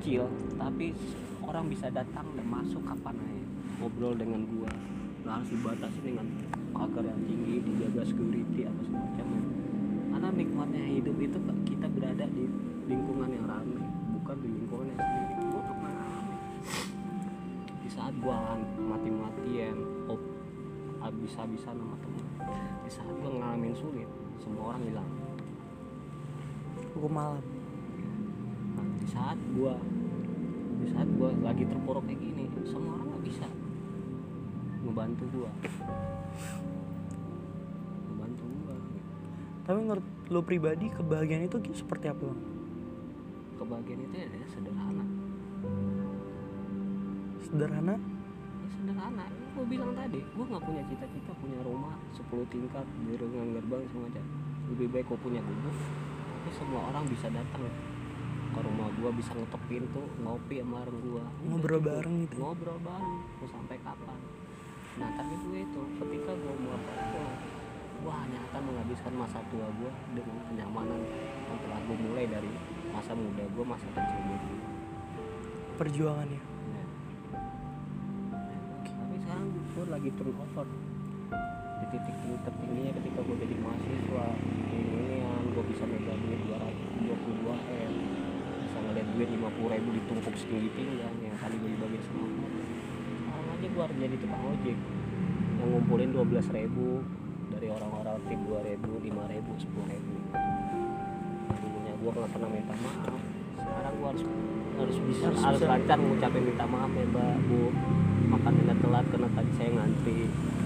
kecil, tapi orang bisa datang dan masuk kapan aja ngobrol dengan gua. Nggak harus dibatasi dengan pagar yang tinggi, dijaga security apa semacamnya. Karena nikmatnya hidup itu kita berada di lingkungan yang ramai, bukan di lingkungan yang sendiri. Gua pernah ngalamin di saat gua mati-matian habis-habisan sama teman, di saat gua ngalamin sulit, semua orang hilang. Hukum malam. Nah, di saat gua lagi terpuruk kayak gini, semua orang nggak bisa ngebantu gua gitu. Tapi menurut lo pribadi kebahagiaan itu seperti apa, Bang? Kebahagiaan itu ya sederhana. Sederhana? Ya, sederhana. Gua bilang tadi, gua nggak punya cita-cita punya rumah 10 tingkat dengan gerbang semacam. Lebih baik gua punya gubuk, tapi semua orang bisa datang ke rumah gua, bisa ngetok pintu, ngopi sama bareng gua, ngobrol bareng gitu. Ngobrol bareng, mau sampai kapan? Nah, tapi gue itu ketika gue mau pulang, gue hanya akan menghabiskan masa tua gue dengan kenyamanan yang telah gue mulai dari masa muda gue, masa kecil gue dulu. Perjuangannya. Ya. Tapi sekarang gue lagi turnover di titik tertingginya ketika gue jadi mahasiswa. Ini gue bisa megang duit 222M, bisa ngeliat duit 50.000 ditumpuk setinggi pinggang yang tadi gue dibagi sama gue. Sekarang aja gue harus jadi tukang ojek yang ngumpulin 12.000 dari orang-orang tip 2.000, 5.000, 10.000. Dulunya gue nggak pernah minta maaf, sekarang gue harus lancar mengucapin minta maaf ya Mbak, Bu, makannya telat karena tadi saya ngantri.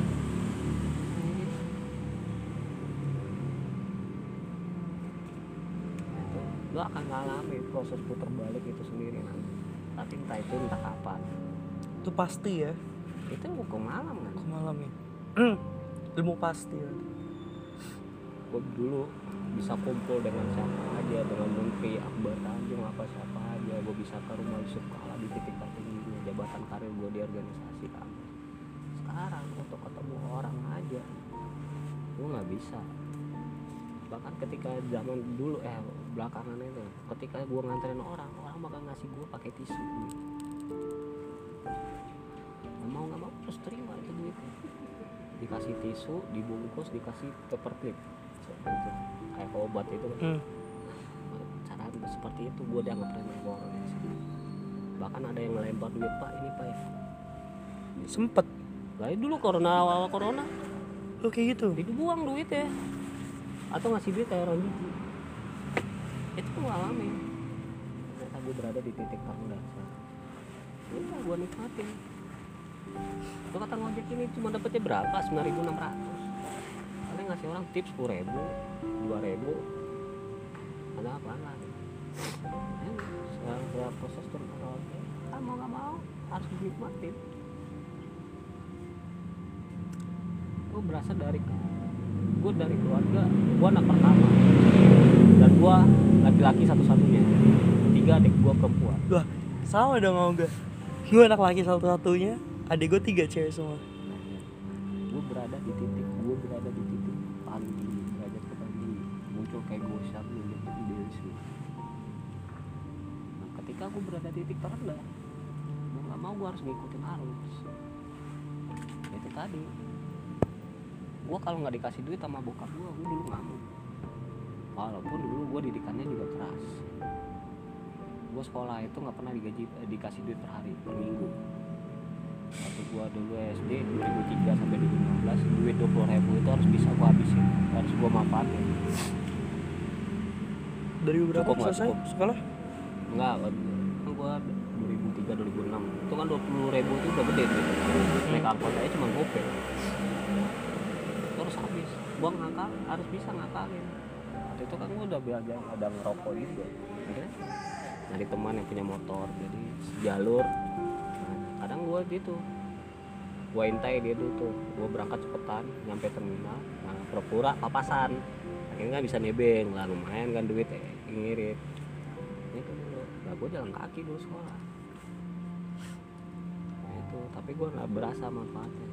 Lo akan ngalami proses putar balik itu sendiri nanti, tapi entah kapan. Itu pasti ya. Itu hukum malam kan? Hukum malam ya. Ilmu pasti ya. Gue dulu bisa kumpul dengan siapa aja, dengan Menteri Akbar Tanjung apa siapa aja. Gue bisa ke rumah Yusuf Kala di titik tertingginya jabatan karir gue di organisasi kampus. Sekarang untuk ketemu orang aja gue nggak bisa. Bahkan ketika zaman dulu belakangan itu, ketika gue nganterin orang bakal ngasih gue pakai tisu gitu. Nggak mau terus terima itu duitnya, dikasih tisu, dibungkus, dikasih paper clip itu kayak obat itu kan. Cara seperti itu gue dianggap remeh orang. Bahkan ada yang ngelempar duit, Pak ini Pak ya. Sempet lah dulu awal corona lo kayak gitu dibuang duit ya, atau ngasih duit kayak orang gigi. Itu gue alami. Ternyata gue berada di titik terendah. Udah gue nikmatin. Lo kata ngojek ini cuma dapetnya berapa? 9.600. Kalian ngasih orang tips 10.000, 2.000. Ada apaan lah. Setelah proses turun mau nggak mau harus dinikmatin. Gue dari keluarga, gue anak pertama dan gue laki-laki satu-satunya, 3 adik gue perempuan. Wah sama dong sama gue anak laki satu-satunya, adik gue 3 cewek semua. Gue berada di titik paling tinggi, derajat tertinggi, muncul kayak gosar dulu idealisme. Nah, ketika gue berada di titik terendah, gue nggak mau, gue harus ngikutin arus. Itu tadi, gue kalau nggak dikasih duit sama bokap gue dulu ngamuk. Walaupun dulu gue didikannya juga keras. Gue sekolah itu nggak pernah dikasih duit per hari, per minggu. Waktu gue dulu SD 2003 sampai 2015, duit 20.000 itu harus bisa gue habisin, harus gue manfaatin. Dari berapa selesai sekolah? Enggak, kan gue 2003 2006 itu kan 20.000 itu udah gede gitu. Naik angkot aja cuma gopay. Terus habis, gue ngakal, harus bisa ngakalin. Waktu itu kan gue udah belajar, ada ngerokok juga. Akhirnya nyari teman yang punya motor, jadi sejalur. Nah, kadang gue gitu, gue intai dia dulu tuh, gue berangkat cepetan, nyampe terminal, nah pura-pura papasan. Akhirnya bisa nebeng lah, lumayan kan duit ngirit. Itu dulu, nah gue jalan kaki dulu sekolah. Nah, itu, tapi gue nggak berasa manfaatnya.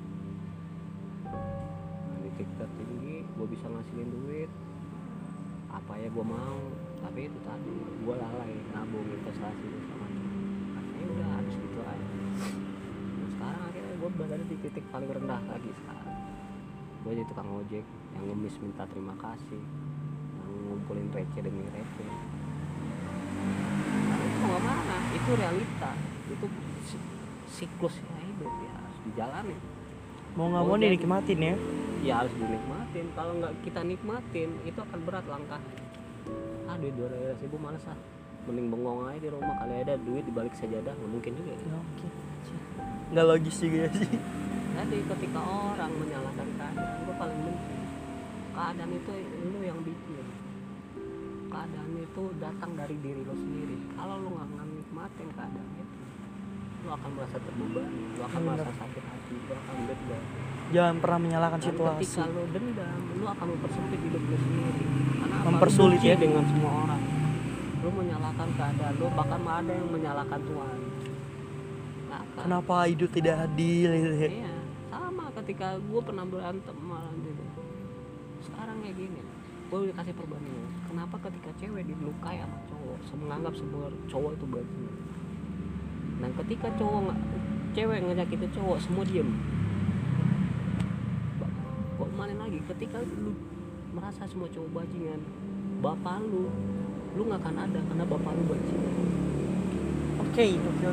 Titik tertinggi gue bisa ngasilin duit, apa ya gue mau, tapi itu tadi gue lalai nabung investasi sama akhirnya udah harus gitu aja. Nah, sekarang akhirnya gue berada di titik paling rendah lagi sekarang. Gue jadi tukang ojek yang ngemis minta terima kasih, yang ngumpulin receh demi receh. Karena itu nggak mana, itu realita, itu siklusnya hidup ya, harus dijalani. Mau nggak mau dinikmatin ya. Ya harus dinikmatin. Kalau nggak kita nikmatin itu akan berat langkah. Duit 200.000 males ah, mending bengong aja di rumah, kali ada duit dibalik sajadah. Nggak mungkin juga ya. Oke. Nggak logis juga sih. Jadi ketika orang menyalahkan keadaan, gue paling benci. Keadaan itu lu yang bikin. Keadaan itu datang dari diri lo sendiri. Kalau lu nggak nikmatin keadaan itu, lu akan merasa terbebani, lu akan merasa sakit hati, lu akan dendam. Jangan pernah menyalahkan Dan situasi. ketika lu dendam, lu akan mempersempit hidup lu sendiri. Karena apa? Mempersulit Lu benci ya dengan semua orang. Lu menyalahkan keadaan, lu bahkan ada yang menyalahkan Tuhan. Nah, Kenapa hidup tidak adil gitu ya. iya, sama ketika gue pernah berantem malah gitu. Sekarang kayak gini, gue dikasih perbandingan. Kenapa ketika cewek dilukai sama cowok, menganggap semua cowok itu bajingan. Nah ketika cewek ngejakitin cowok, semua diem. Kok mana lagi? Ketika lu merasa semua cowok bajingan, bapak lu nggak akan ada karena bapak lu bajingan. Oke.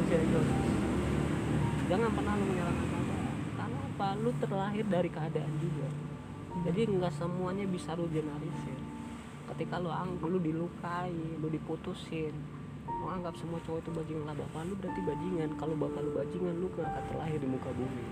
Jangan pernah lu menyalahkan keadaan. Karena apa? Lu terlahir dari keadaan juga. Jadi nggak semuanya bisa lu generalisir. Ketika lu dilukai, lu diputusin, lu anggap semua cowok itu bajingan, lah bapak lu berarti bajingan. Kalau bapak lu bajingan, lu gak akan terlahir di muka bumi.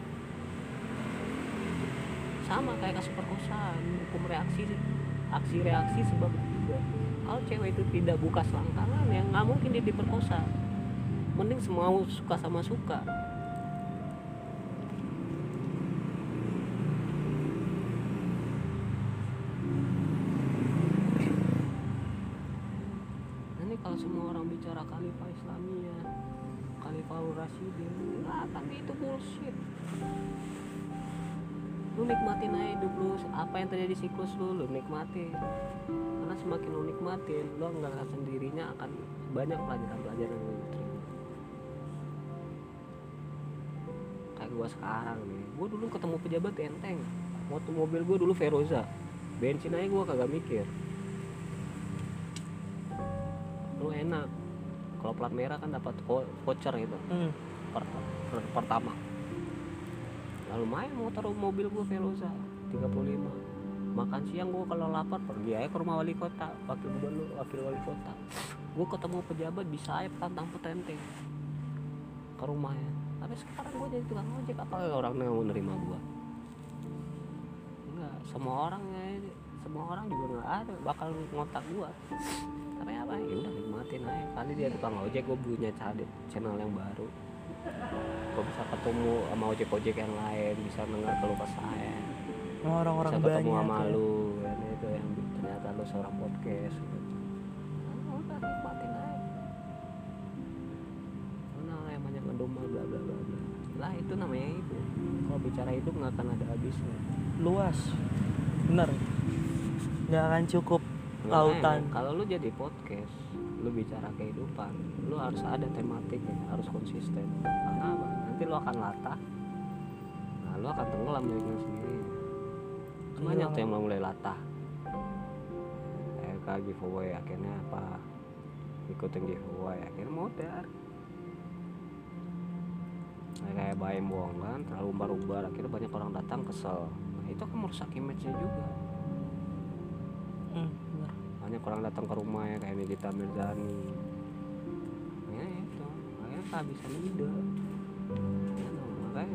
Sama kayak kasus perkosaan, hukum aksi reaksi sebab juga. Kalau cewek itu tidak buka selangkangan, ya nggak mungkin dia diperkosa. Mending semua suka sama suka. Kalau semua orang bicara Khalifah Islamiyah, Khalifah Rasyidin, nah tapi itu bullshit. Lu nikmatin aja hidup lu, apa yang terjadi siklus lu nikmatin. Karena semakin lu nikmatin, lu nggak sendirinya akan banyak pelajaran-pelajaran yang lu terima. Kayak gua sekarang nih, gua dulu ketemu pejabat enteng. Waktu mobil gua dulu Veroza, bensin aja gua kagak mikir. Lu enak, kalau plat merah kan dapat voucher gitu pertama. Lalu main mobil gue Veloza 35. Makan siang gue kalau lapar pergi aja ke rumah wali kota, wakil wali kota. Gue ketemu pejabat bisa aja tantang petenteng ke rumahnya. Tapi sekarang gue jadi tukang ojek, apa orang yang mau nerima gue? Enggak, semua orang juga nggak ada bakal ngontak gue. Tapi apa ya udah nikmatin aja, kali dia tukang ojek, gue punya channel yang baru, gue bisa ketemu sama ojek yang lain, bisa dengar keluh kesah saya, orang-orang bisa ketemu banyak sama ya. lu kan, itu yang ternyata lu seorang podcast gitu. Nah, udah nikmatin aja. Nah yang banyak ngedumel bla bla bla bla lah, itu namanya hidup. Kalau bicara hidup nggak akan ada habisnya, Luas, bener, nggak akan cukup lautan. Kalau lu jadi podcast, lu bicara kehidupan, lu harus ada tematiknya, harus konsisten. Karena apa? Nanti lu akan latah, nah lu akan tenggelam dengan sendiri. Banyak tuh yang mulai latah, kayak giveaway, akhirnya apa, ikutin giveaway, akhirnya modar. Kayak bayam bohong kan, terlalu umbar-umbar, akhirnya banyak orang datang kesel. Nah itu kan merusak image-nya juga. Banyak orang datang ke rumah ya, kayak Nikita Mirzani. Ya itu, makanya kehabisan ide. Ya, makanya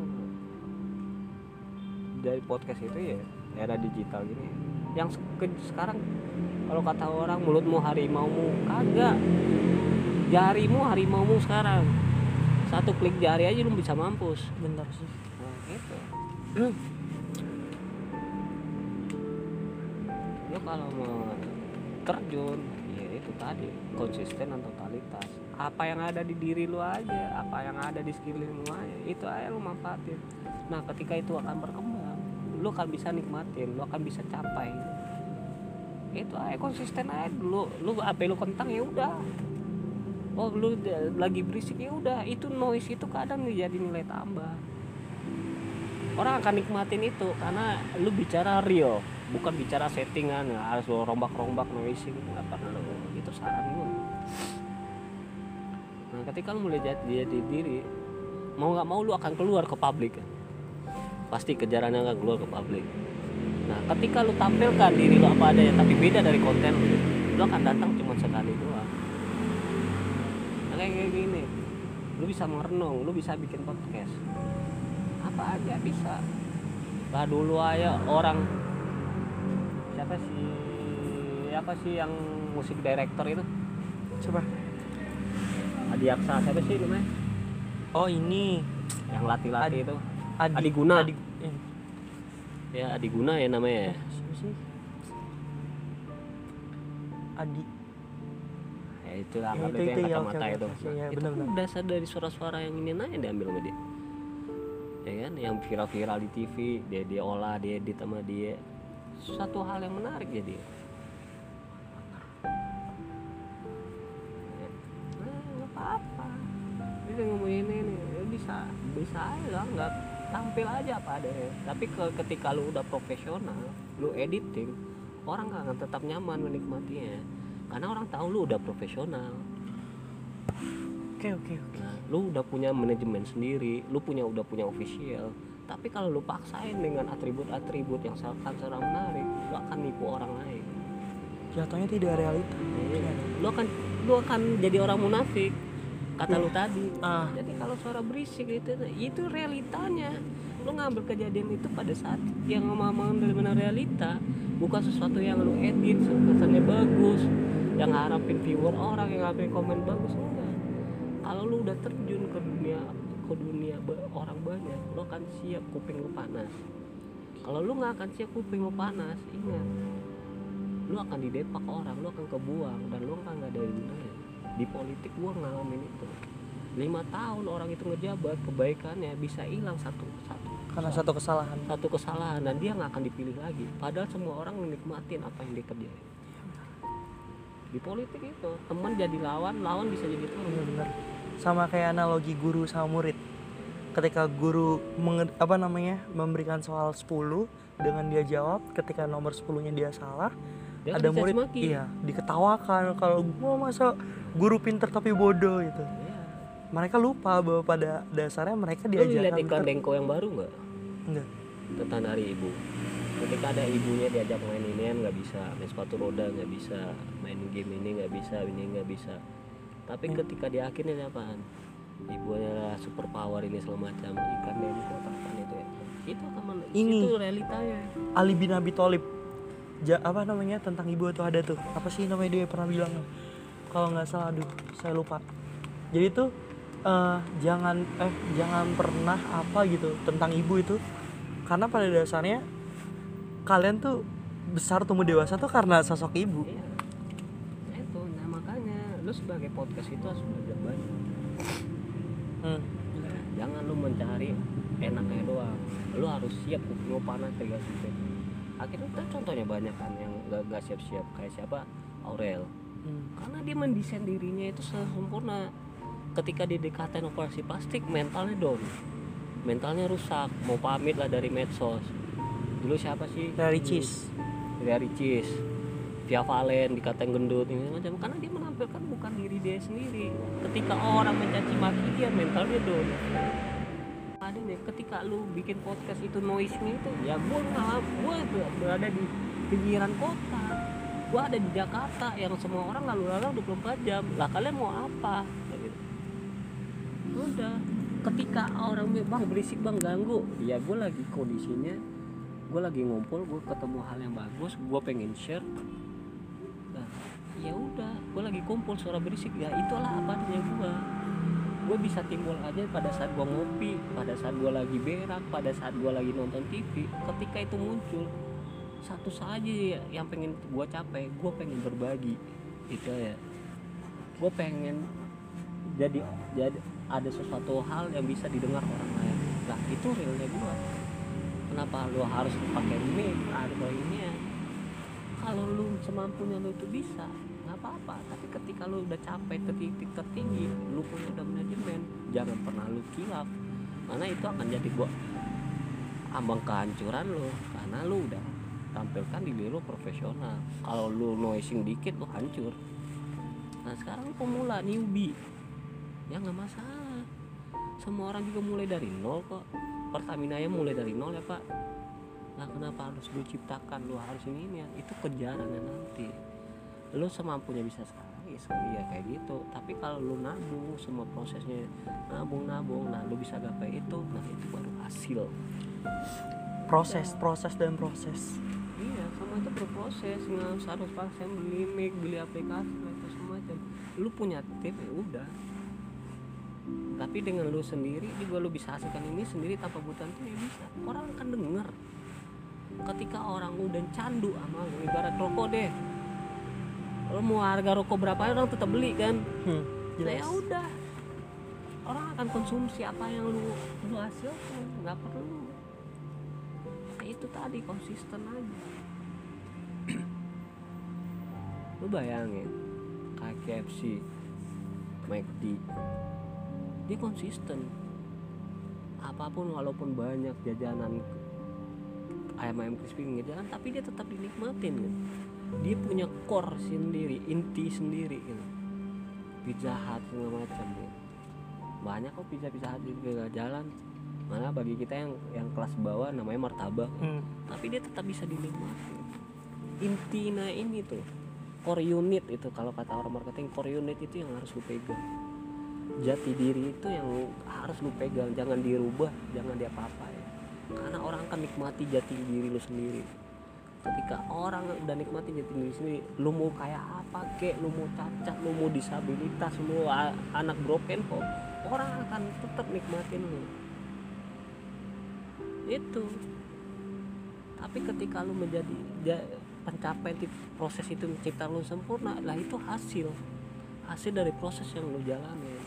dari podcast itu ya era digital gini. Yang sekarang kalau kata orang mulutmu harimaumu, kagak. Jarimu harimaumu sekarang. Satu klik jari aja lu bisa mampus. Bener sih. Nah gitu. Lo kalau mau terjun, ya itu tadi, konsisten dan totalitas. Apa yang ada di diri lu aja, apa yang ada di sekeliling lu aja, itu aja lu manfaatin. Nah ketika itu akan berkembang, lu akan bisa nikmatin, lu akan bisa capai. itu aja konsisten aja dulu. Lu apa lu kentang ya udah, oh lu lagi berisik ya udah, itu noise itu kadang jadi nilai tambah. Orang akan nikmatin itu karena lu bicara real, bukan bicara settingan harus lu rombak-rombak noise gitu. Apa lu itu saran gue. Nah ketika lu mulai jadi diri, mau nggak mau lu akan keluar ke publik, pasti kejarannya akan keluar ke publik. Nah ketika lu tampilkan diri lu apa adanya tapi beda dari konten lu akan datang cuma sekali doang. Nah, kayak gini, lu bisa merenung, lu bisa bikin podcast apa aja bisa lah. Dulu aja orang siapa sih yang musik director itu, Coba. Adi Aksa, siapa sih namanya Oh ini yang latih-latih itu, Adi Adi Guna. Adi, Ya Adi Guna ya namanya. siapa sih? Adi. Ya itulah Ya, kan itu, yang ya, kacamata oke, itu. oke. Ya, Itu benar-benar. kan dasar dari suara-suara yang ini aja diambil sama dia. Ya kan, yang viral-viral di TV, dia olah, dia edit sama dia. Satu hal yang menarik jadi. Nah, nggak apa-apa. Dia ngomongin ini, bisa aja lah, nggak tampil aja apa adanya. Tapi ketika lu udah profesional, lu editing, orang nggak akan tetap nyaman menikmatinya. Karena orang tahu lu udah profesional. Oke. Nah, lu udah punya manajemen sendiri, lu udah punya official. Tapi kalau lu paksain dengan atribut-atribut yang serang menarik, lu akan nipu orang lain. Jatuhnya tidak realita. Lu akan jadi orang munafik. Kata lu tadi. Ah. Jadi kalau suara berisik itu realitanya. Lu ngambil kejadian itu pada saat yang ngomong dari mana realita, bukan sesuatu yang lu edit kesannya bagus, yang harapin viewer orang, yang harapin komen bagus, enggak. Kalau lu udah terjun ke dunia orang banyak, lu akan siap kuping lu panas. Kalau lu nggak akan siap kuping lu panas, ingat, lu akan didepak orang, lu akan kebuang, dan lu akan nggak ada gunanya. Di politik gua ngalamin itu. 5 tahun orang itu ngejabat, kebaikannya bisa hilang Karena satu kesalahan. dan dia nggak akan dipilih lagi. Padahal semua orang menikmatin apa yang dia kerjain. Di politik itu teman jadi lawan bisa jadi teman. Benar. Sama kayak analogi guru sama murid. Ketika guru memberikan soal 10 dengan dia jawab, ketika nomor 10-nya dia salah, Dia ada kan murid dicacimaki. iya diketawakan kalau gua masa guru pinter tapi bodoh gitu. Iya. Mereka lupa bahwa pada dasarnya mereka Lu lihat diajarkan iklan Denko yang baru nggak? enggak. Tentang Hari Ibu. Ketika ada ibunya diajak main inian nggak bisa, main sepatu roda nggak bisa, main game ini nggak bisa, ini nggak bisa. Tapi ketika di akhirnya apaan? Ibunya super power ini segala macam, ikan Denko apaan itu ya? Itu akan Ini. itu realitanya. Ali bin Abi Thalib tentang ibu itu ada tuh, apa sih namanya dia pernah bilang kalau nggak salah, saya lupa. Jadi tuh jangan pernah apa gitu tentang ibu itu, karena pada dasarnya kalian tuh besar tumbuh dewasa tuh karena sosok ibu. Iya. Nah itu, makanya lu sebagai podcast itu harus belajar banyak. Jangan lu mencari enaknya doang, lu harus siap kuping panas 3 sempit. Akhirnya kan contohnya banyak kan yang gak siap-siap, kayak siapa? Aurel. Karena dia mendesain dirinya itu sempurna. Ketika dia dikatain operasi plastik, mentalnya down, mentalnya rusak, mau pamit lah dari medsos. Dulu siapa sih? Dari Ricis, Via Valen dikatain gendut ini macam, karena dia menampilkan bukan diri dia sendiri. Ketika orang mencaci maki dia, mental dia down. Ada nih, ketika lu bikin podcast itu noise-nya itu, ya gue berada di pinggiran kota, gue ada di Jakarta yang semua orang lalu lalang 24 jam. Lah kalian mau apa? Gitu. Udah, ketika orang bang berisik bang ganggu, ya gue lagi kondisinya, gue lagi ngumpul, gue ketemu hal yang bagus, gue pengen share. Nah, ya udah, gue lagi kumpul suara berisik, ya itulah apa adanya gue bisa timbul aja pada saat gue ngopi, pada saat gue lagi berak, pada saat gue lagi nonton TV. Ketika itu muncul, satu saja yang pengen gue capai, gue pengen berbagi itu ya. Gue pengen jadi ada sesuatu hal yang bisa didengar orang lain. Nah itu realnya gue. Kenapa lo harus pakai mic atau ini ya? kalau lu semampunya lu itu bisa nggak apa-apa, tapi ketika lu udah capek ke titik tertinggi, lu punya udah manajemen, jangan pernah lu kilaf, karena itu akan jadi buat ambang kehancuran lu, karena lu udah tampilkan diri lu profesional. Kalau lu noising dikit lu hancur. Nah sekarang lu pemula, newbie, ya nggak masalah, semua orang juga mulai dari nol kok. Pertamina ya mulai dari nol ya pak. Nah kenapa harus lu ciptakan, lu harus ini ya, itu kejarannya nanti. Lu semampunya bisa sekarang ya kayak gitu, tapi kalau lu nabung, semua prosesnya nabung, nah lu bisa gapai itu, nah itu baru hasil. Proses dan proses. Iya, semua itu berproses, nggak harus paksa beli mic, beli aplikasi itu semua macam. Lu punya tim ya udah, tapi dengan lu sendiri juga lu bisa hasilkan ini sendiri tanpa butuh tim ya bisa. Orang akan dengar. Ketika orang udah candu sama lu, ibarat rokok deh, lu mau harga rokok berapa orang tetap beli kan. Nah ya udah, orang akan konsumsi apa yang lu hasilkan, nggak perlu. Nah itu tadi, konsisten aja. Lu bayangin kayak KFC, McD, dia konsisten. Apapun walaupun banyak jajanan ayam crispy pinggir jalan, tapi dia tetap dinikmatin kan. Dia punya core sendiri, inti sendiri gitu. Pizza Hut segala macam gitu. Banyak kok pizza Hut di pinggir jalan. Mana bagi kita yang kelas bawah namanya martabak, tapi dia tetap bisa dinikmati. Intinya ini tuh core unit itu, kalau kata orang marketing, core unit itu yang harus lu pegang. Jati diri itu yang harus lu pegang, jangan dirubah, jangan diapa-apain. Karena orang akan nikmati jati diri lu sendiri. Ketika orang udah nikmati jati diri sendiri, lu mau kayak apa kek, lu mau cacat, lu mau disabilitas, lu anak broken kok, orang akan tetap nikmatin lu. Itu. Tapi ketika lu menjadi pencapaian proses itu mencipta lu sempurna, lah itu hasil dari proses yang lu jalani.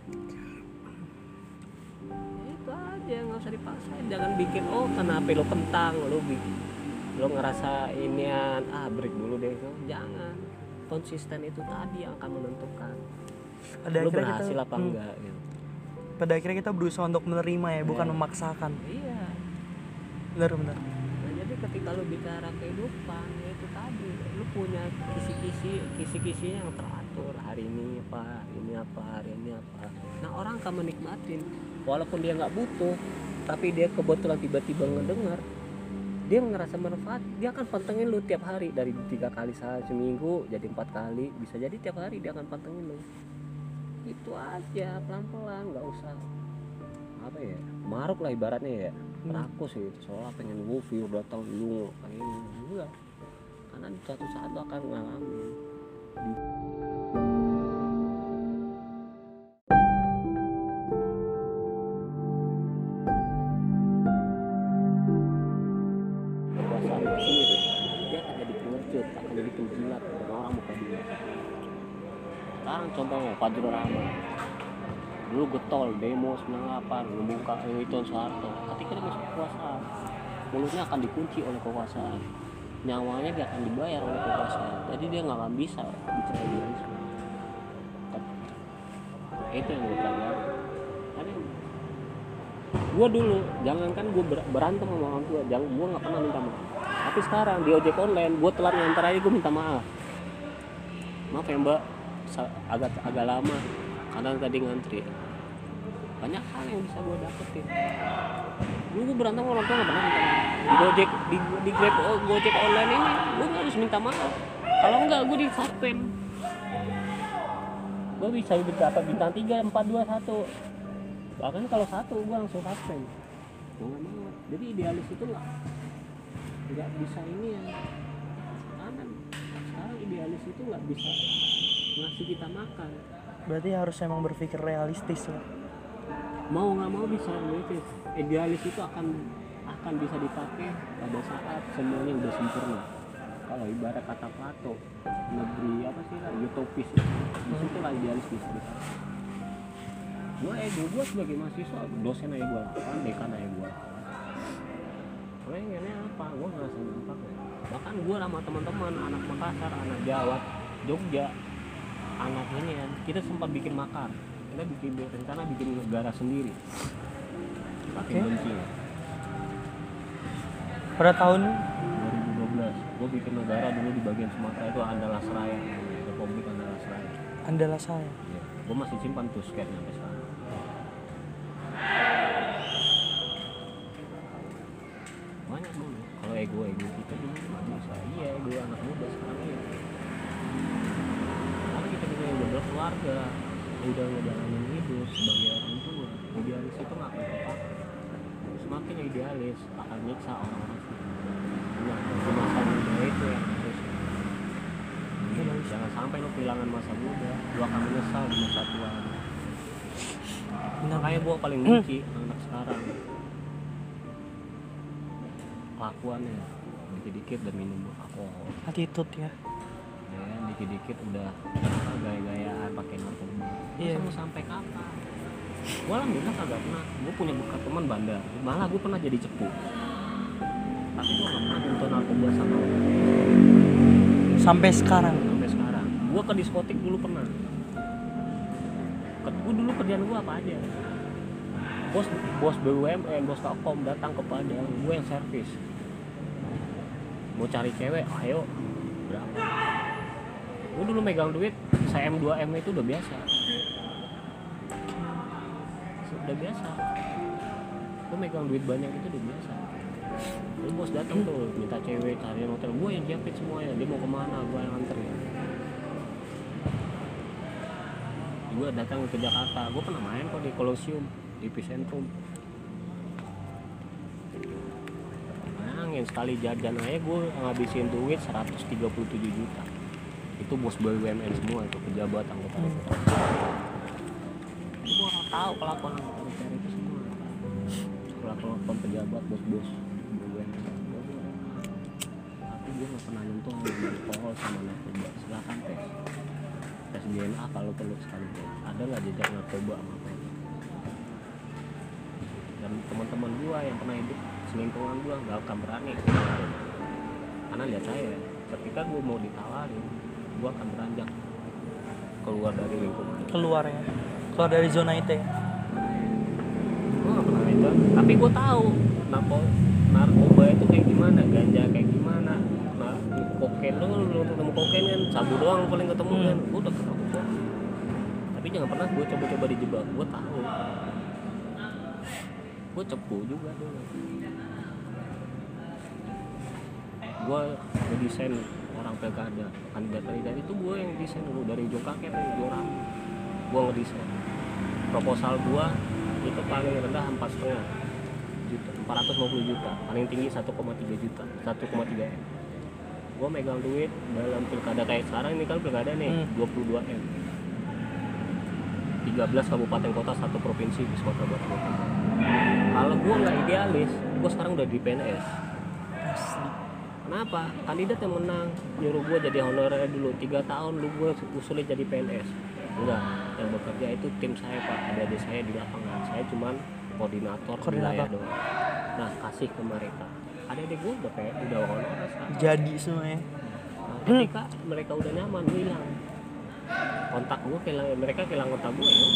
Ya itu aja, nggak usah dipaksain. Jangan bikin kenapa lu kentang, lu ngerasa inian, break dulu deh. Jangan. Konsisten itu tadi yang akan menentukan lu berhasil apa enggak gitu. Pada akhirnya kita berusaha untuk menerima ya, bukan memaksakan. Iya. Benar. Nah jadi ketika lu bicara kehidupan, ya itu tadi, lu punya kisi-kisinya yang teratur. Hari ini apa, hari ini apa. Nah orang akan menikmatin, walaupun dia nggak butuh, tapi dia kebetulan tiba-tiba ngedengar, dia ngerasa manfaat, dia akan pantengin lu tiap hari. Dari 3 kali seminggu jadi 4 kali, bisa jadi tiap hari dia akan pantengin lu. Itu aja, pelan-pelan, nggak usah maruk lah ibaratnya ya. Rakus gitu, soalnya pengen gue view datang lu pengen enggak, karena di suatu saat lo akan ngalamin. Kekuasaan sendiri, dia akan jadi pengecut, akan jadi penjilat, dan orang muka dia. Sekarang contohnya Fadjrul Rahman, dulu getol demo 98 ngebuka itu Soeharto. Ketika dia masuk kekuasaan, mulutnya akan dikunci oleh kekuasaan, nyawanya dia akan dibayar oleh kekuasaan, jadi dia nggak akan bisa bicara idealisme. Itu yang gue pelajari. Tapi gue dulu, jangankan gue berantem sama orang tua, gue nggak pernah minta maaf. Tapi sekarang di ojek online, gue telat nganter aja gue minta maaf. Maaf ya mbak, agak lama karena tadi ngantri. Banyak hal yang bisa gue dapetin. Dulu gue berantem sama orang tua nggak pernah minta maaf. Di Gojek, di Grab, Gojek online ini gue harus minta maaf. Kalau enggak gue disuspend. Gue bisa dapat bintang 3, 4, 2, 1. Bahkan kalau 1 gue langsung suspend. Gue nggak mau. Jadi idealis itu nggak bisa ini ya. Karena sekarang idealis itu nggak bisa ngasih kita makan. Berarti harus emang berpikir realistis ya. Mau nggak mau bisa realistis. Idealis itu akan bisa dipakai pada saat semuanya udah sempurna. Kalau ibarat kata Plato, negeri apa sih lah, utopis, di situ lah idealis bisa dipakai. Gue sebagai mahasiswa, dosen aja gue lakukan, dekan aja gue lakukan. Pengennya apa? Gue ngerasa manfaat. Bahkan gue sama teman-teman anak Makassar, anak Jawa, Jogja, anak ini kan, kita sempat bikin makar, kita bikin rencana bikin negara sendiri, tapi Oke. benci. Pada tahun 2012 gue bikin negara dulu di bagian Sumatera itu Andalas Raya, Republik Andalas Raya. Andalas saya. Ya, gue masih simpan tuh sketnya sampai sekarang. Banyak dulu kalau ego kita dulu nggak bisa. Iya, ego anak muda sekarang ya. Karena kita udah berkeluarga, udah ngejalanin hidup sebagai orang tua, idealis itu nggak akan terpakai. Semakin idealis akan nyiksa orang-orang sih. Nah, di masa muda itu yang harus. Jangan sampai lo kehilangan masa muda, lo akan menyesal di masa tua. Benar. Makanya gue paling benci anak sekarang kelakuannya dikit-dikit dan minum alkohol, Attitude ya. ya dikit-dikit udah gaya-gayaan pakai narkoba. Iya. Mau sampai kapan? Gue alhamdulillah kagak pernah. Gue punya bekas teman bandar, malah gue pernah jadi cepu, tapi gue gak pernah nyentuh narkoba sama orang. Sampai sekarang. Sampai sekarang gue ke diskotik dulu pernah. Gue dulu kerjaan gue apa aja, bos BUMN, bos Telkom datang kepada gue yang servis, mau cari cewek, ayo berapa. Gue dulu megang duit CM 2M itu udah biasa, gue megang duit banyak itu udah biasa. Lalu bos datang tuh minta cewek, cari hotel, gue yang siapin semuanya. Dia mau kemana, gue yang anterin. Gue datang ke Jakarta, gue pernah main kok di Colosseum, di Epicentrum. Bayangin sekali jajan aja gue ngabisin duit 137 juta. Itu bos BUMN semua, itu pejabat anggota DPR. Gue gak tahu kelakuan anggota DPR itu semua. Kelakuan pejabat, bos-bos BUMN. Tapi gue gak pernah nyentuh alkohol sama narkoba. Silahkan tes DNA kalau perlu sekali. Ada nggak jejak narkoba sama apa? Dan teman-teman gua yang pernah hidup selingkungan gua nggak akan berani, karena lihat saya ketika gua mau ditawarin, gua akan beranjak keluar dari lingkungan. Keluar ya. Keluar dari zona itu ya. Gua nggak pernah itu, tapi gua tahu narkoba itu kayak gimana, ganja kayak gimana. Nah, kokain lu ketemu kokain kan, sabu doang paling ketemu kan, gua udah ketemu kok. Tapi jangan pernah gue coba-coba dijebak, gue tahu. Gue cepu juga dulu. Gue ngedesain orang pilkada, kandidat itu gue yang desain dulu dari ujung kaki sampai ujung rambut. Gue ngedesain. Proposal gue itu paling rendah 4,5 juta, 450 juta, paling tinggi 1,3 juta, 1,3 M. Gue megang duit dalam pilkada kayak sekarang ini kan pilkada nih 22 M. 13 kabupaten kota, 1 provinsi di Sumatera Barat. Kalau gue nggak idealis, gue sekarang udah di PNS. Kenapa? Kandidat yang menang nyuruh gue jadi honorer dulu 3 tahun, lu gue usulin jadi PNS. Enggak, yang bekerja itu tim saya pak, ada saya di lapangan. Saya cuman koordinator wilayah doang. Nah kasih ke mereka. Adik-adik gue udah honorer sekarang. Jadi semuanya. Nah, ketika mereka udah nyaman, hilang kontak gue, mereka kehilangan kontak gue ya.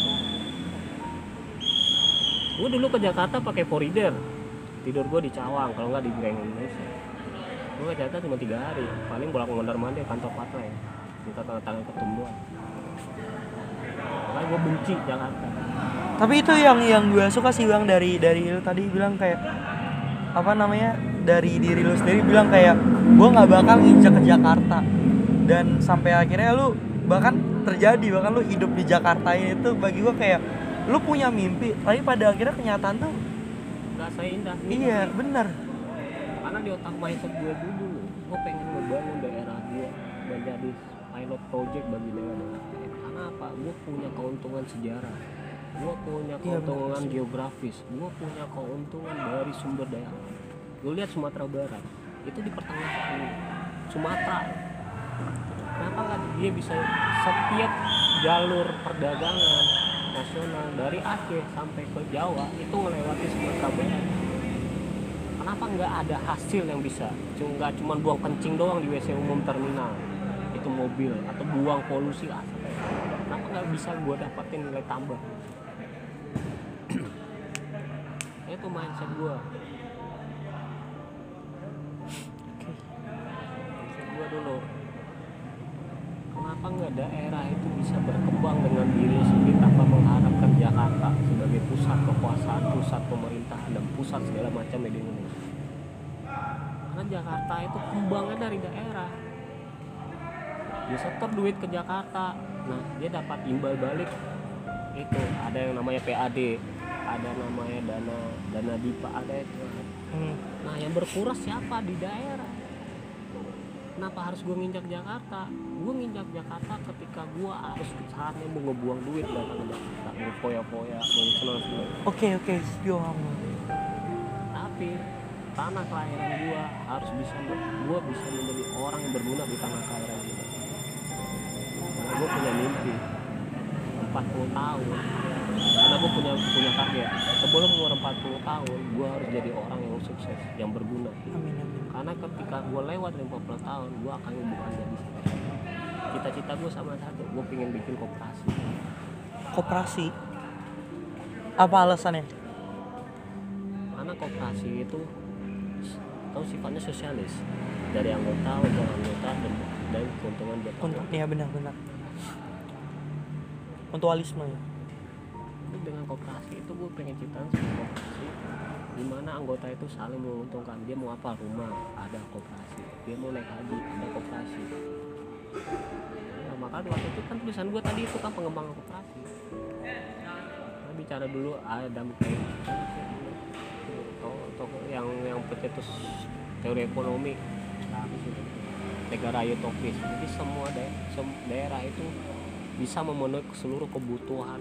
Gue dulu ke Jakarta pakai Forider, tidur gue di Cawang, kalau nggak di Grand Indonesia. Gue ke Jakarta cuma 3 hari, paling bolak mondar mandir kantor Patra ya, minta tanda tangan ketum doang. Makanya gue benci Jakarta. Tapi itu yang gue suka sih bang dari lu tadi bilang kayak apa namanya, dari diri lu sendiri bilang kayak gue nggak bakal nginjak ke Jakarta, dan sampai akhirnya lu bahkan lu hidup di Jakarta itu bagi gue kayak lu punya mimpi tapi pada akhirnya kenyataan tuh nggak seindah. Iya benar. Karena di otak mindset gue dulu, gue pengen ngebangun daerah gue menjadi pilot project bagi daerah. Karena apa? Gue punya keuntungan sejarah, gue punya keuntungan geografis, gue punya keuntungan dari sumber daya. Gue lihat Sumatera Barat itu di pertengahan Sumatera. Kenapa nggak dia bisa setiap jalur perdagangan nasional dari Aceh sampai ke Jawa itu melewati Sumatera Barat? Kenapa kenapa nggak ada hasil yang bisa nggak cuma buang kencing doang di WC umum terminal itu mobil atau buang polusi asap, kenapa nggak bisa gue dapatin nilai tambah? Itu mindset gue. Mindset gue dulu, kenapa nggak daerah itu bisa berkembang dengan diri sendiri tanpa mengharapkan Jakarta sebagai pusat kekuasaan, pusat pemerintahan dan pusat segala macam di Indonesia? Karena Jakarta itu kembangnya dari daerah. Dia setor duit ke Jakarta, nah dia dapat imbal balik itu ada yang namanya PAD, ada namanya dana DIPA, ada itu. Nah yang berkuras siapa? Di daerah. Kenapa harus gue nginjak Jakarta? Gue nginjak Jakarta ketika gue harus saatnya mau ngebuang duit datang ke Jakarta, mau foya-foya, mau senang-senang. Oke, yo. Tapi tanah kelahiran gue harus bisa menjadi orang yang berguna di tanah kelahiran gue. Gue punya mimpi 40 tahun, karena gue punya target sebelum umur 40 tahun gue harus jadi orang yang sukses, yang berguna. Amin. Karena ketika gue lewat 50 tahun gue akan bukan jadi cita-cita gue sama satu, gue pengen bikin koperasi. Apa alasannya? Karena koperasi itu tahu sifatnya sosialis, dari anggota untuk anggota dan keuntungan buat anggota. Iya benar. Mutualisme ya. Dengan koperasi itu gue pengen ciptain sebuah koperasi di mana anggota itu saling menguntungkan. Dia mau apa, rumah, ada koperasi. Dia mau naik haji, ada koperasi. Nah, maka waktu itu kan tulisan gue tadi itu kan pengembangan koperasi. Nah, bicara dulu Adam Smith, tokoh yang pencetus teori ekonomi, negara utopis. Jadi semua daerah itu bisa memenuhi seluruh kebutuhan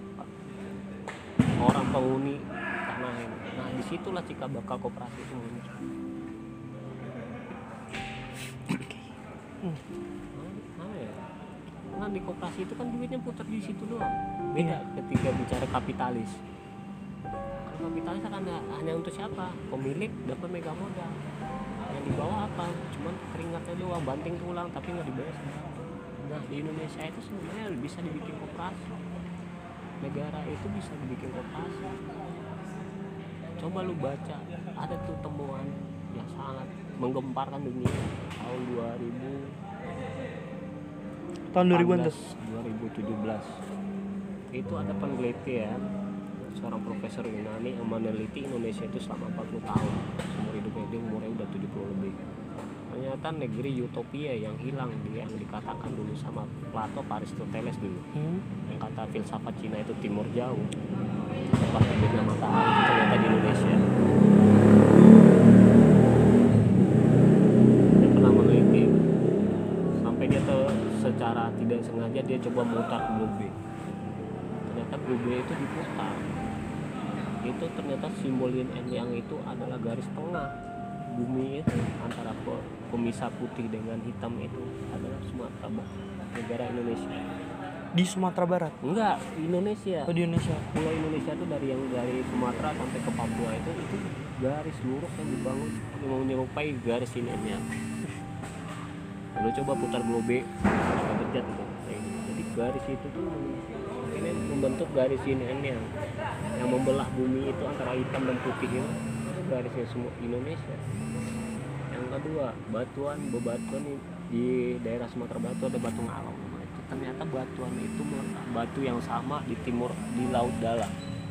orang penghuni tanah ini. Nah disitulah cikal bakal koperasi itu muncul. Karena di koperasi itu kan duitnya putar di situ doang. Beda ketika bicara kapitalis. Kalau kapitalis akan hanya untuk siapa? Pemilik dapat mega modal. Yang dibawa apa? Cuman keringatnya doang, banting tulang tapi nggak dibayar. Nah di Indonesia itu sebenarnya bisa dibikin koperasi. Negara itu bisa dibikin koperasi. Coba lu baca, ada tuh temuan yang sangat menggemparkan dunia tahun 2017. Itu ada penelitian seorang profesor Yunani yang meneliti Indonesia itu selama 40 tahun seumur hidupnya. Dia umurnya udah 70 lebih. Ternyata negeri utopia yang hilang, yang dikatakan dulu sama Plato, Aristoteles dulu, yang kata filsafat Cina itu timur jauh, tempat terbitnya matahari, itu ternyata di Indonesia. Dia pernah meneliti sampai dia secara tidak sengaja dia coba memutar globe. Ternyata globe itu diputar, itu ternyata simbol yin and yang itu adalah garis tengah bumi itu antara pemisah putih dengan hitam itu adalah Sumatera Barat, negara Indonesia. Di Sumatera Barat? Enggak, Indonesia. Oh di Indonesia. Pulau Indonesia itu dari Sumatera sampai ke Papua itu garis lurus yang dibangun menyerupai garis ini. Lalu coba putar globe berapa derajat itu. Jadi garis itu tuh ini membentuk garis ini yang membelah bumi itu antara hitam dan putih itu garisnya semua Indonesia. Yang kedua, bebatuan di daerah Sumatera Barat ada batu ngalong. Itu ternyata batuan itu batu yang sama di timur, di laut dalam.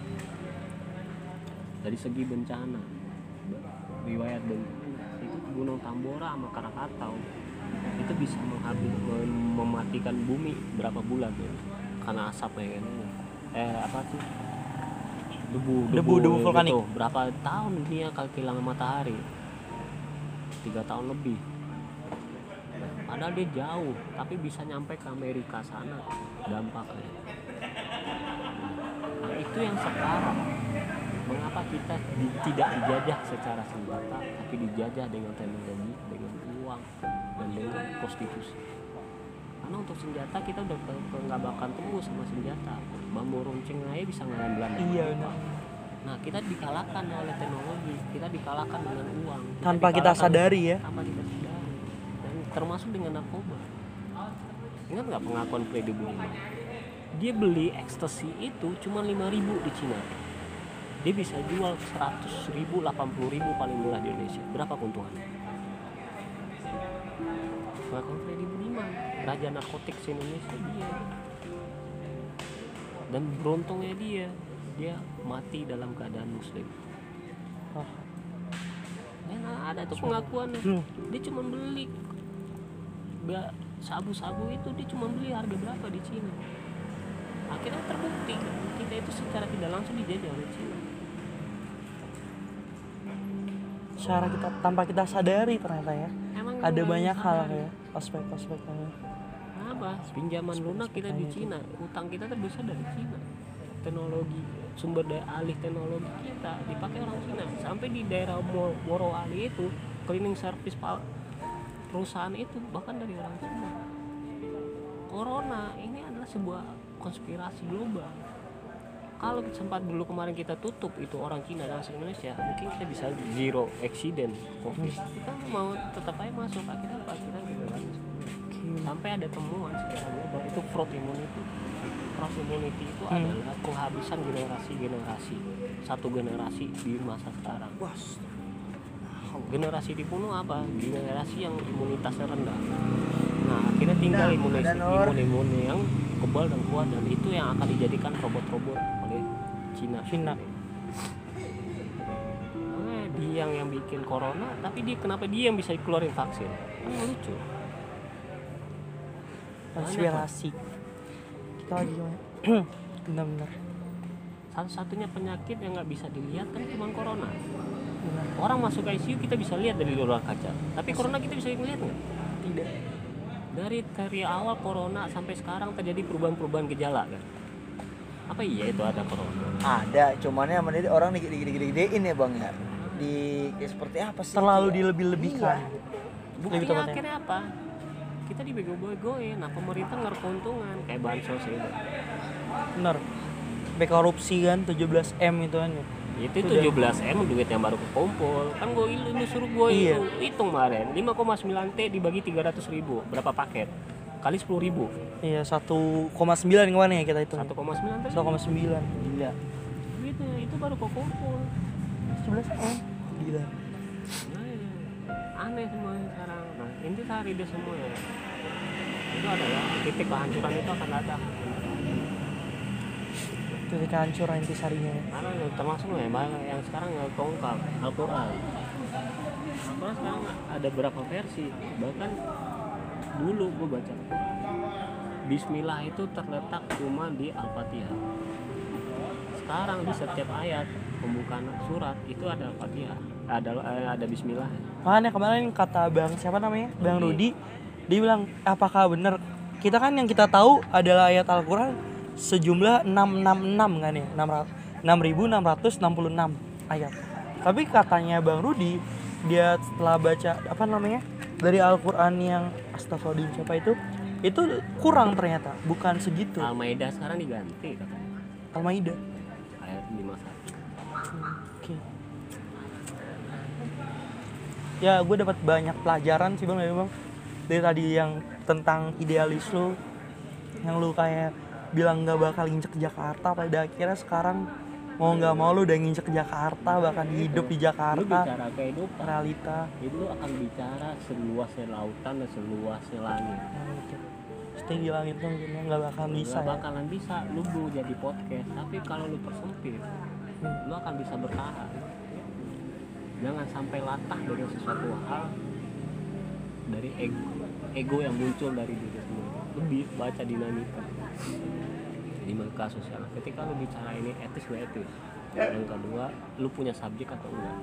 Dari segi bencana, riwayat bencana itu Gunung Tambora sama Krakatau itu bisa mematikan bumi berapa bulan ya, karena asapnya kan. Debu vulkanik gitu. Berapa tahun dunia kalau kehilangan matahari? 3 tahun lebih. Padahal dia jauh, tapi bisa nyampe ke Amerika sana dampaknya. Nah itu yang sekarang, mengapa kita tidak dijajah secara senjata, tapi dijajah dengan teknologi, dengan uang, dan dengan prostitusi. Karena untuk senjata kita udah nggak bakal tembus sama senjata. Bambu runcing aja bisa ngelawan Belanda. Iya benar. Nah kita dikalahkan oleh teknologi, kita dikalahkan dengan uang. Tanpa kita sadari ya. Tanpa kita sadari. Dan termasuk dengan narkoba. Ingat nggak pengakuan Freddy Budiman? Dia beli ekstasi itu cuma 5.000 di Cina. Dia bisa jual 100.000, 80.000 paling murah di Indonesia. Berapa keuntungannya? Pengakuan Freddy Budiman, raja narkotik Indonesia dia. Dan beruntungnya dia mati dalam keadaan muslim. Oh. Ada tuh pengakuannya. Dia cuma beli sabu-sabu itu, dia cuma beli harga berapa di Cina. Akhirnya terbukti kita itu secara tidak langsung dijajah oleh Cina. Cara kita tanpa kita sadari ternyata ya. Emang Ada banyak hal ya, aspek-aspeknya. Apa? Pinjaman lunak kita di Cina, utang kita terbesar dari Cina. Teknologi, sumber daya alih teknologi kita dipakai orang Cina. Sampai di daerah Morowali itu, cleaning service perusahaan itu bahkan dari orang Cina. Corona ini adalah sebuah konspirasi global. Kalau sempat dulu kemarin kita tutup itu orang Cina dan asal Indonesia, mungkin kita bisa zero accident COVID. Kita mau tetap aja masuk, akhirnya apa? Kita juga masuk. Sampai ada temuan secara global itu fraud immunity. Fraud immunity itu adalah penghabisan generasi satu generasi di masa sekarang. Generasi dibunuh apa? Generasi yang imunitasnya rendah. Nah, akhirnya tinggal imun yang kebal dan kuat, dan itu yang akan dijadikan robot-robot oleh Cina. Dia yang bikin corona, tapi kenapa dia yang bisa keluarin vaksin? Kan lucu. Konspirasi. Kita lagi benar-benar. Satu-satunya penyakit yang nggak bisa dilihat kan cuma corona. Benar. Orang masuk ICU kita bisa lihat dari luar kaca, tapi corona kita bisa lihat nggak? Tidak. Dari awal corona sampai sekarang terjadi perubahan gejala kan? Apa iya itu ada corona? Ada, cuman ya menit orang digede-gedein ya bang ya. Kayak seperti apa sih? Terlalu dilebih-lebihkan. Buktinya akhirnya apa? Kita dibego-begoin. Nah, pemerintah nggak keuntungan kayak bansos itu. Benar. Sampai korupsi kan 17M itu kan. Itu 17M duit yang baru kekumpul. Kan lu suruh gue hitung kemarin 5,9 T dibagi 300.000. Berapa paket? Kali 10.000. Iya, 1,9 kemarin ya kita itu. 1,9 tadi. 1,9. Gila. Duitnya itu baru kekumpul. 17M. Gila. Aneh semuanya sekarang. Nah, inti sehari dia semua ya. Itu adalah titik kehancuran itu akan datang. Titik kehancuran intisarinya ya. Karena termasuk ya yang sekarang nggak keungkap Al-Quran. Al-Quran sekarang ada berapa versi. Bahkan dulu gue baca Bismillah itu terletak cuma di Al-Fatihah. Sekarang di setiap ayat pembukaan surat itu ada Al-Fatihah, ada Bismillah. Makanya kemarin kata Bang siapa namanya? Bang Rudi, dia bilang apakah benar kita kan yang kita tahu adalah ayat Al-Quran sejumlah 666 kan ya, 6.666 ayat. Tapi katanya Bang Rudi, dia setelah baca apa namanya dari Al-Quran yang astagfirullahaladzim siapa itu kurang ternyata, bukan segitu. Al-Maidah sekarang diganti katanya. Al-Maidah Ayat 51. Oke. Ya gue dapat banyak pelajaran sih bang dari tadi yang tentang idealis lu, yang lu kayak bilang nggak bakal nginjek Jakarta, pada akhirnya sekarang mau nggak mau lu udah nginjek Jakarta, bahkan hidup di Jakarta. Lu bicara kehidupan, realita itu lu akan bicara seluasnya lautan dan seluasnya langit. setinggi langit tuh nggak bakalan bisa. Nggak bakalan bisa lu jadi podcast, tapi kalau lu persempit lu akan bisa bertahan. Jangan sampai latah dengan sesuatu hal dari ego yang muncul dari diri sendiri. Lebih baca dinamika sosial. Ketika lu bicara ini etis gak etis, yang kedua lu punya subjek atau enggak.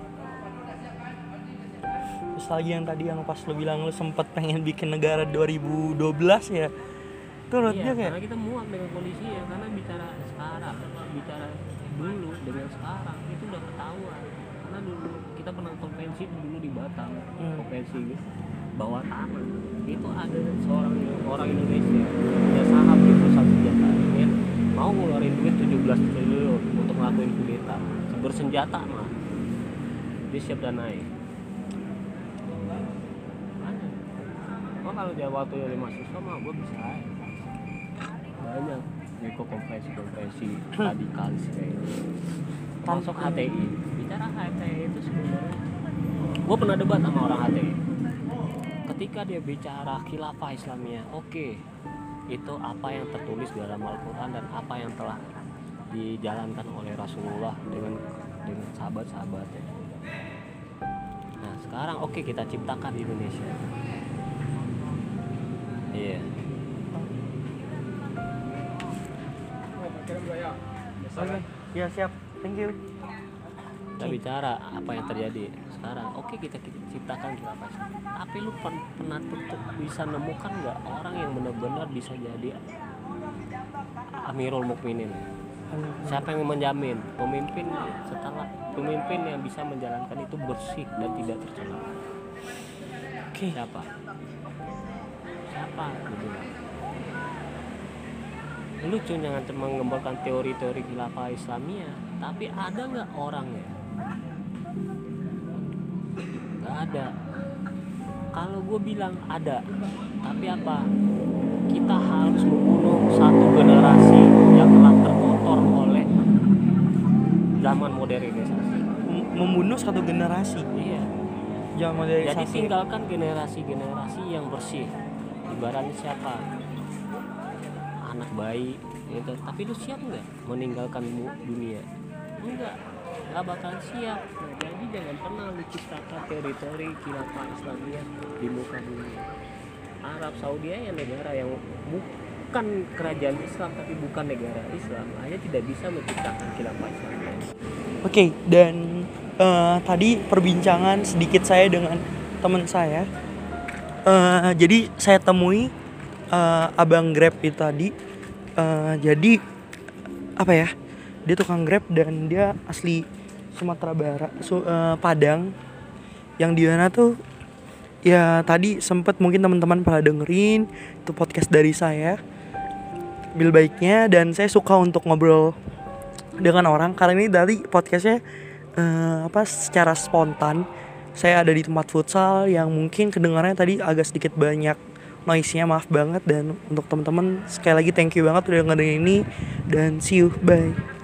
Terus lagi yang tadi yang pas lu bilang lu sempet pengen bikin negara 2012 ya, itu menurut iya, dia kayak karena kita muak dengan polisi ya, karena bicara sekarang, bicara dulu dengan sekarang itu udah ketahuan. Karena dulu kita pernah konvensi dulu di Batam, konvensi bawah tanah itu ada seorang orang Indonesia punya saham di perusahaan senjata ini mau ngeluarin duit 17 triliun untuk ngelakuin kudeta bersenjata mah. dia siap dan naik. Oh kalau dia waktu jadi mahasiswa mah gue bisa aja. Banyak Niko konferensi radikalis kayak gitu. Termasuk HTI. Bicara HTI itu sebenarnya gue pernah debat sama orang HTI. Ketika dia bicara khilafah Islamiyah, oke, itu apa yang tertulis dalam Al-Quran dan apa yang telah dijalankan oleh Rasulullah dengan sahabat-sahabatnya. Nah sekarang oke, kita ciptakan di Indonesia. Iya. Oke, ya siap, thank you. Kita bicara apa yang terjadi sekarang. Oke, kita ciptakan khilafah Islam. Tapi lu pernah bisa nemukan nggak orang yang benar-benar bisa jadi Amirul Mukminin? Siapa yang menjamin pemimpin yang bisa menjalankan itu bersih dan tidak tercela? Oke. Siapa gitu. Lu jangan cuma mengembangkan teori-teori khilafah Islamiyah, tapi ada nggak orangnya? Nggak ada. Kalau gue bilang ada, tapi apa? Kita harus membunuh satu generasi yang telah terkotor oleh zaman modernisasi. Membunuh satu generasi. Iya. Zaman modernisasi. Jadi tinggalkan generasi-generasi yang bersih. Ibaratnya siapa? Anak bayi gitu. Tapi lu siap nggak meninggalkan dunia? Nggak bakalan siap. Nah, jadi jangan pernah lu ciptakan teritori khilafah Islamiyah di muka bumi. Arab Saudi ya negara yang bukan kerajaan Islam tapi bukan negara Islam aja tidak bisa menciptakan khilafah Islamiyah. Oke, dan tadi perbincangan sedikit saya dengan teman saya. Jadi saya temui abang Grab itu tadi. Jadi apa ya? Dia tukang Grab dan dia asli Sumatera Barat, Padang. Yang di mana tuh ya tadi sempet mungkin teman-teman pada dengerin itu podcast dari saya. Bil baiknya, dan saya suka untuk ngobrol dengan orang karena ini dari podcastnya secara spontan. Saya ada di tempat futsal yang mungkin kedengarannya tadi agak sedikit banyak noise-nya, maaf banget. Dan untuk teman-teman sekali lagi thank you banget udah dengerin ini, dan see you, bye.